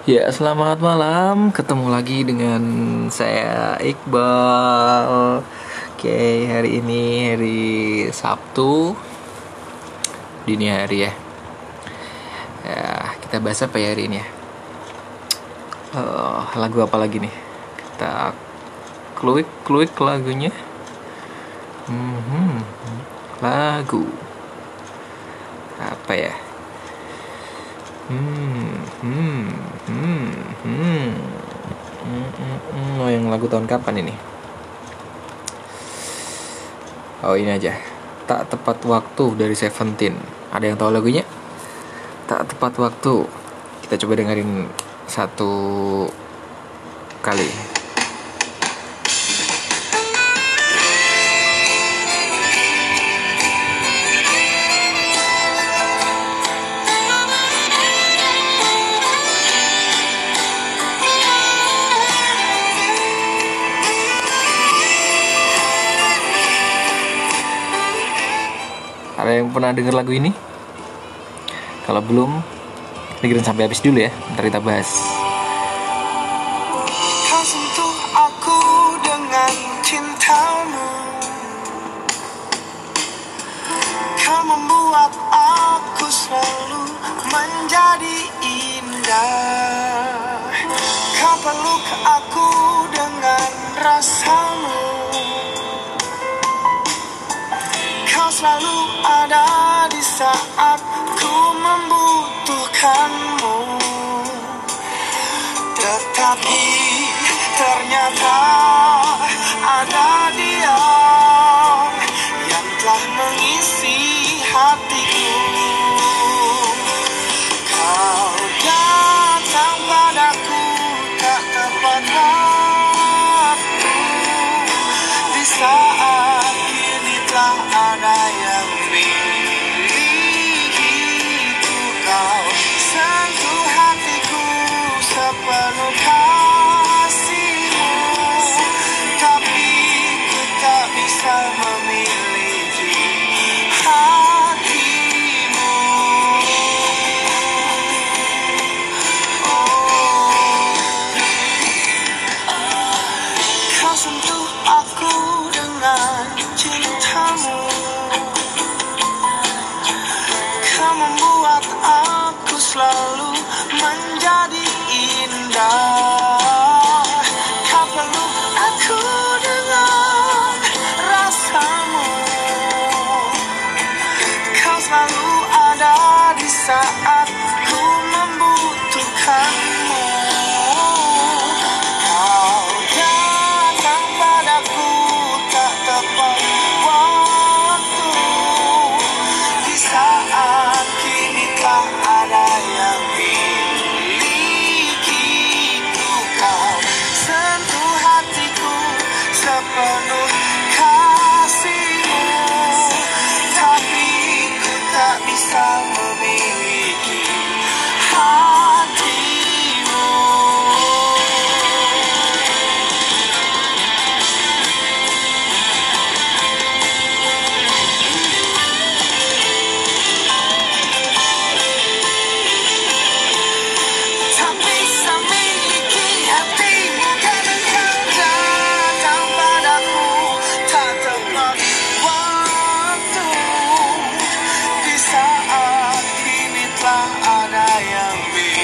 Ya, selamat malam. Ketemu lagi dengan saya Iqbal. Oke, hari ini hari Sabtu dini hari ya. Ya, kita bahas apa ya hari ini ya? Lagu apa lagi nih? Kita kluik lagunya. Lagu apa ya? Yang lagu tahun kapan ini? Oh, ini aja. Tak Tepat Waktu dari Seventeen. Ada yang tahu lagunya? Tak Tepat Waktu. Kita coba dengerin satu kali. Ada yang pernah denger lagu ini? Kalau belum, dengerin sampai habis dulu ya. Ntar kita bahas. Kau sentuh aku dengan cintamu, kau membuat aku selalu menjadi indah. Kau peluk aku dengan rasamu, kau selalu ada di saat ku membutuhkanmu. Tetapi ternyata ada dia yang telah mengisi hatiku. Kau datang padaku tak tepat waktu, di saat kini telah ada yang milikiku. Kau sentuh hatiku sepenuh kasihmu, tapi ku tak bisa memiliki hatimu. Kau sentuh aku dengan cintamu, kau membuat aku selalu menjadi indah. Kau peluk aku dengan rasamu, kau selalu ada di saat ku membutuhkanmu. Kau datang padaku tak tepat waktu, di saat kini telah ada yang milikiku. Kau sentuh hatiku sepenuh kasihmu, tapi ku tak bisa memiliki hatimu. Tak bisa miliki hatimu karena kau datang padaku tak tepat waktu, di saat kini telah ada yang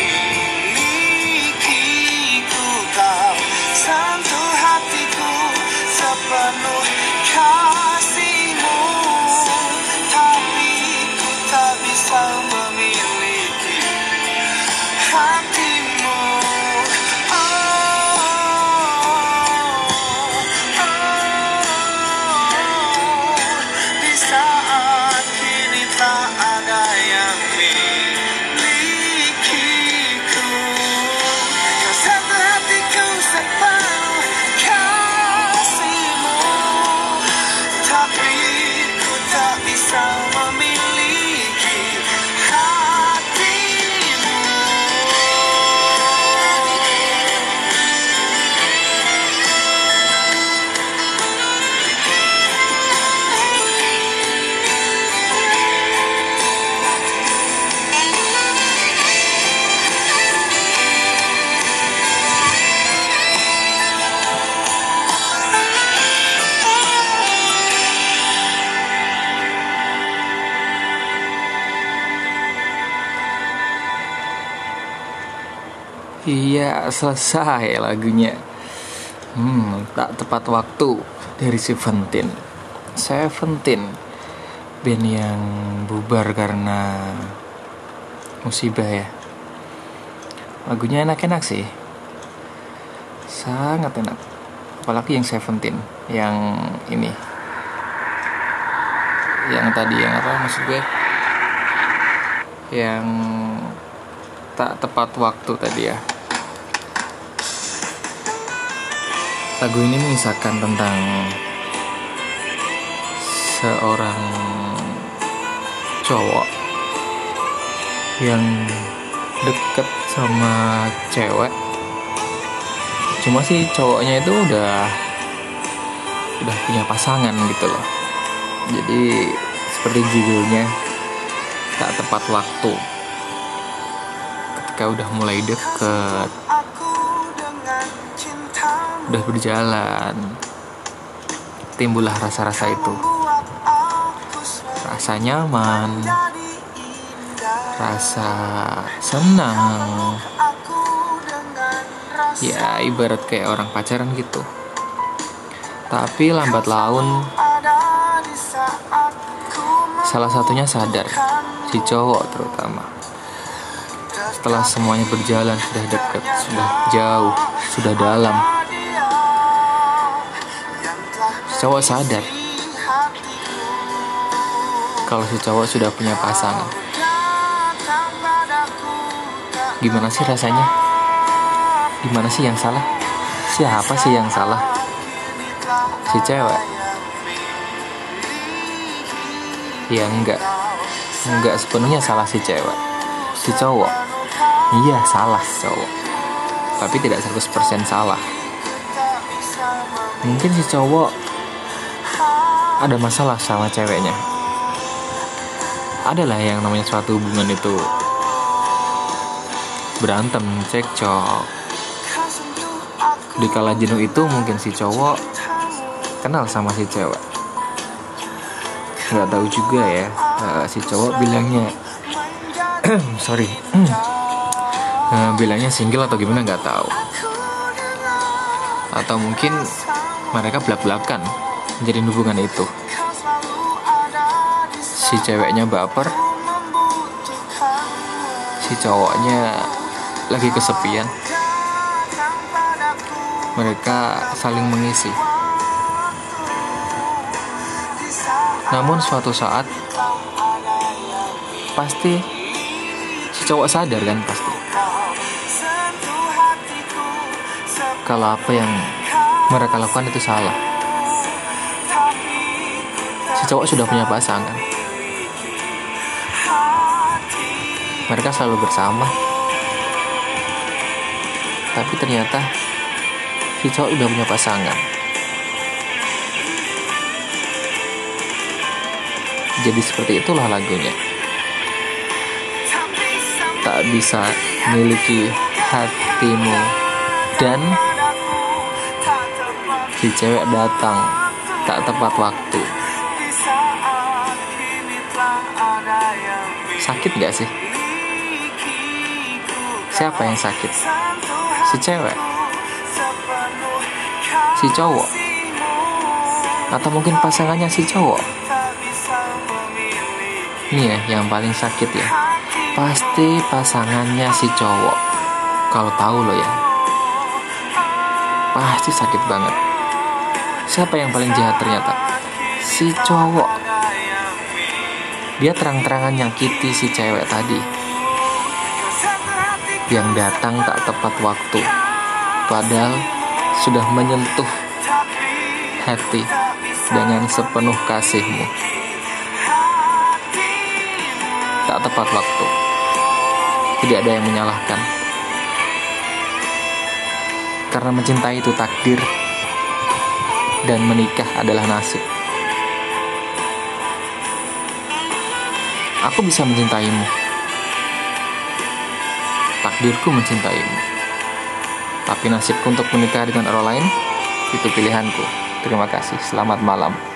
milikiku. Kau sentuh hatiku sepenuh kasihmu, tapi ku tak bisa memiliki hatimu. Di saat kini tak ada yang milikiku. Kau sentuh hatiku sepenuh kasihmu, tapi ku tak bisa memiliki hatimu. Iya, selesai lagunya. Tak tepat waktu dari Seventeen. Band yang bubar karena musibah ya. Lagunya enak-enak sih, sangat enak. Apalagi yang Seventeen, yang ini, yang tadi, yang apa maksud gue, yang tak tepat waktu tadi ya. Lagu ini mengisahkan tentang seorang cowok yang deket sama cewek. Cuma sih cowoknya itu udah punya pasangan gitu loh. Jadi seperti judulnya, tak tepat waktu. Ketika udah mulai deket, udah berjalan, timbullah rasa-rasa itu. Rasa nyaman, rasa senang. Ya ibarat kayak orang pacaran gitu. Tapi lambat laun salah satunya sadar, si cowok terutama. Setelah semuanya berjalan, sudah dekat, sudah jauh, sudah dalam, si cowok sadar kalau si cowok sudah punya pasangan. Gimana sih rasanya? Gimana sih yang salah? Siapa sih yang salah? Si cewek? Ya enggak sepenuhnya salah si cewek. Si cowok? Iya salah si cowok, tapi tidak 100% salah. Mungkin si cowok ada masalah sama ceweknya. Adalah yang namanya suatu hubungan itu berantem, cekcok. Di kala jenuh itu mungkin si cowok kenal sama si cewek. Nggak tahu juga ya, si cowok bilangnya bilangnya single atau gimana nggak tahu. Atau mungkin mereka belak-belakan menjadi hubungan itu. Si ceweknya baper, si cowoknya lagi kesepian. Mereka saling mengisi. Namun suatu saat pasti si cowok sadar kan, pasti kalau apa yang mereka lakukan itu salah. Si cowok sudah punya pasangan. Mereka selalu bersama. Tapi ternyata si cowok udah punya pasangan. Jadi seperti itulah lagunya. Tak bisa miliki hatimu, dan si cewek datang tak tepat waktu. Sakit gak sih? Siapa yang sakit? Si cewek? Si cowok? Atau mungkin pasangannya si cowok? Ini ya yang paling sakit ya, pasti pasangannya si cowok. Kalau tahu lo ya, pasti sakit banget. Siapa yang paling jahat ternyata? Si cowok. Dia terang-terangan nyakiti si cewek tadi, yang datang tak tepat waktu, padahal sudah menyentuh hati dengan sepenuh kasihmu. Tak tepat waktu. Tidak ada yang menyalahkan, karena mencintai itu takdir, dan menikah adalah nasib. Aku bisa mencintaimu, takdirku mencintaimu, tapi nasibku untuk menikah dengan orang lain, itu pilihanku. Terima kasih, selamat malam.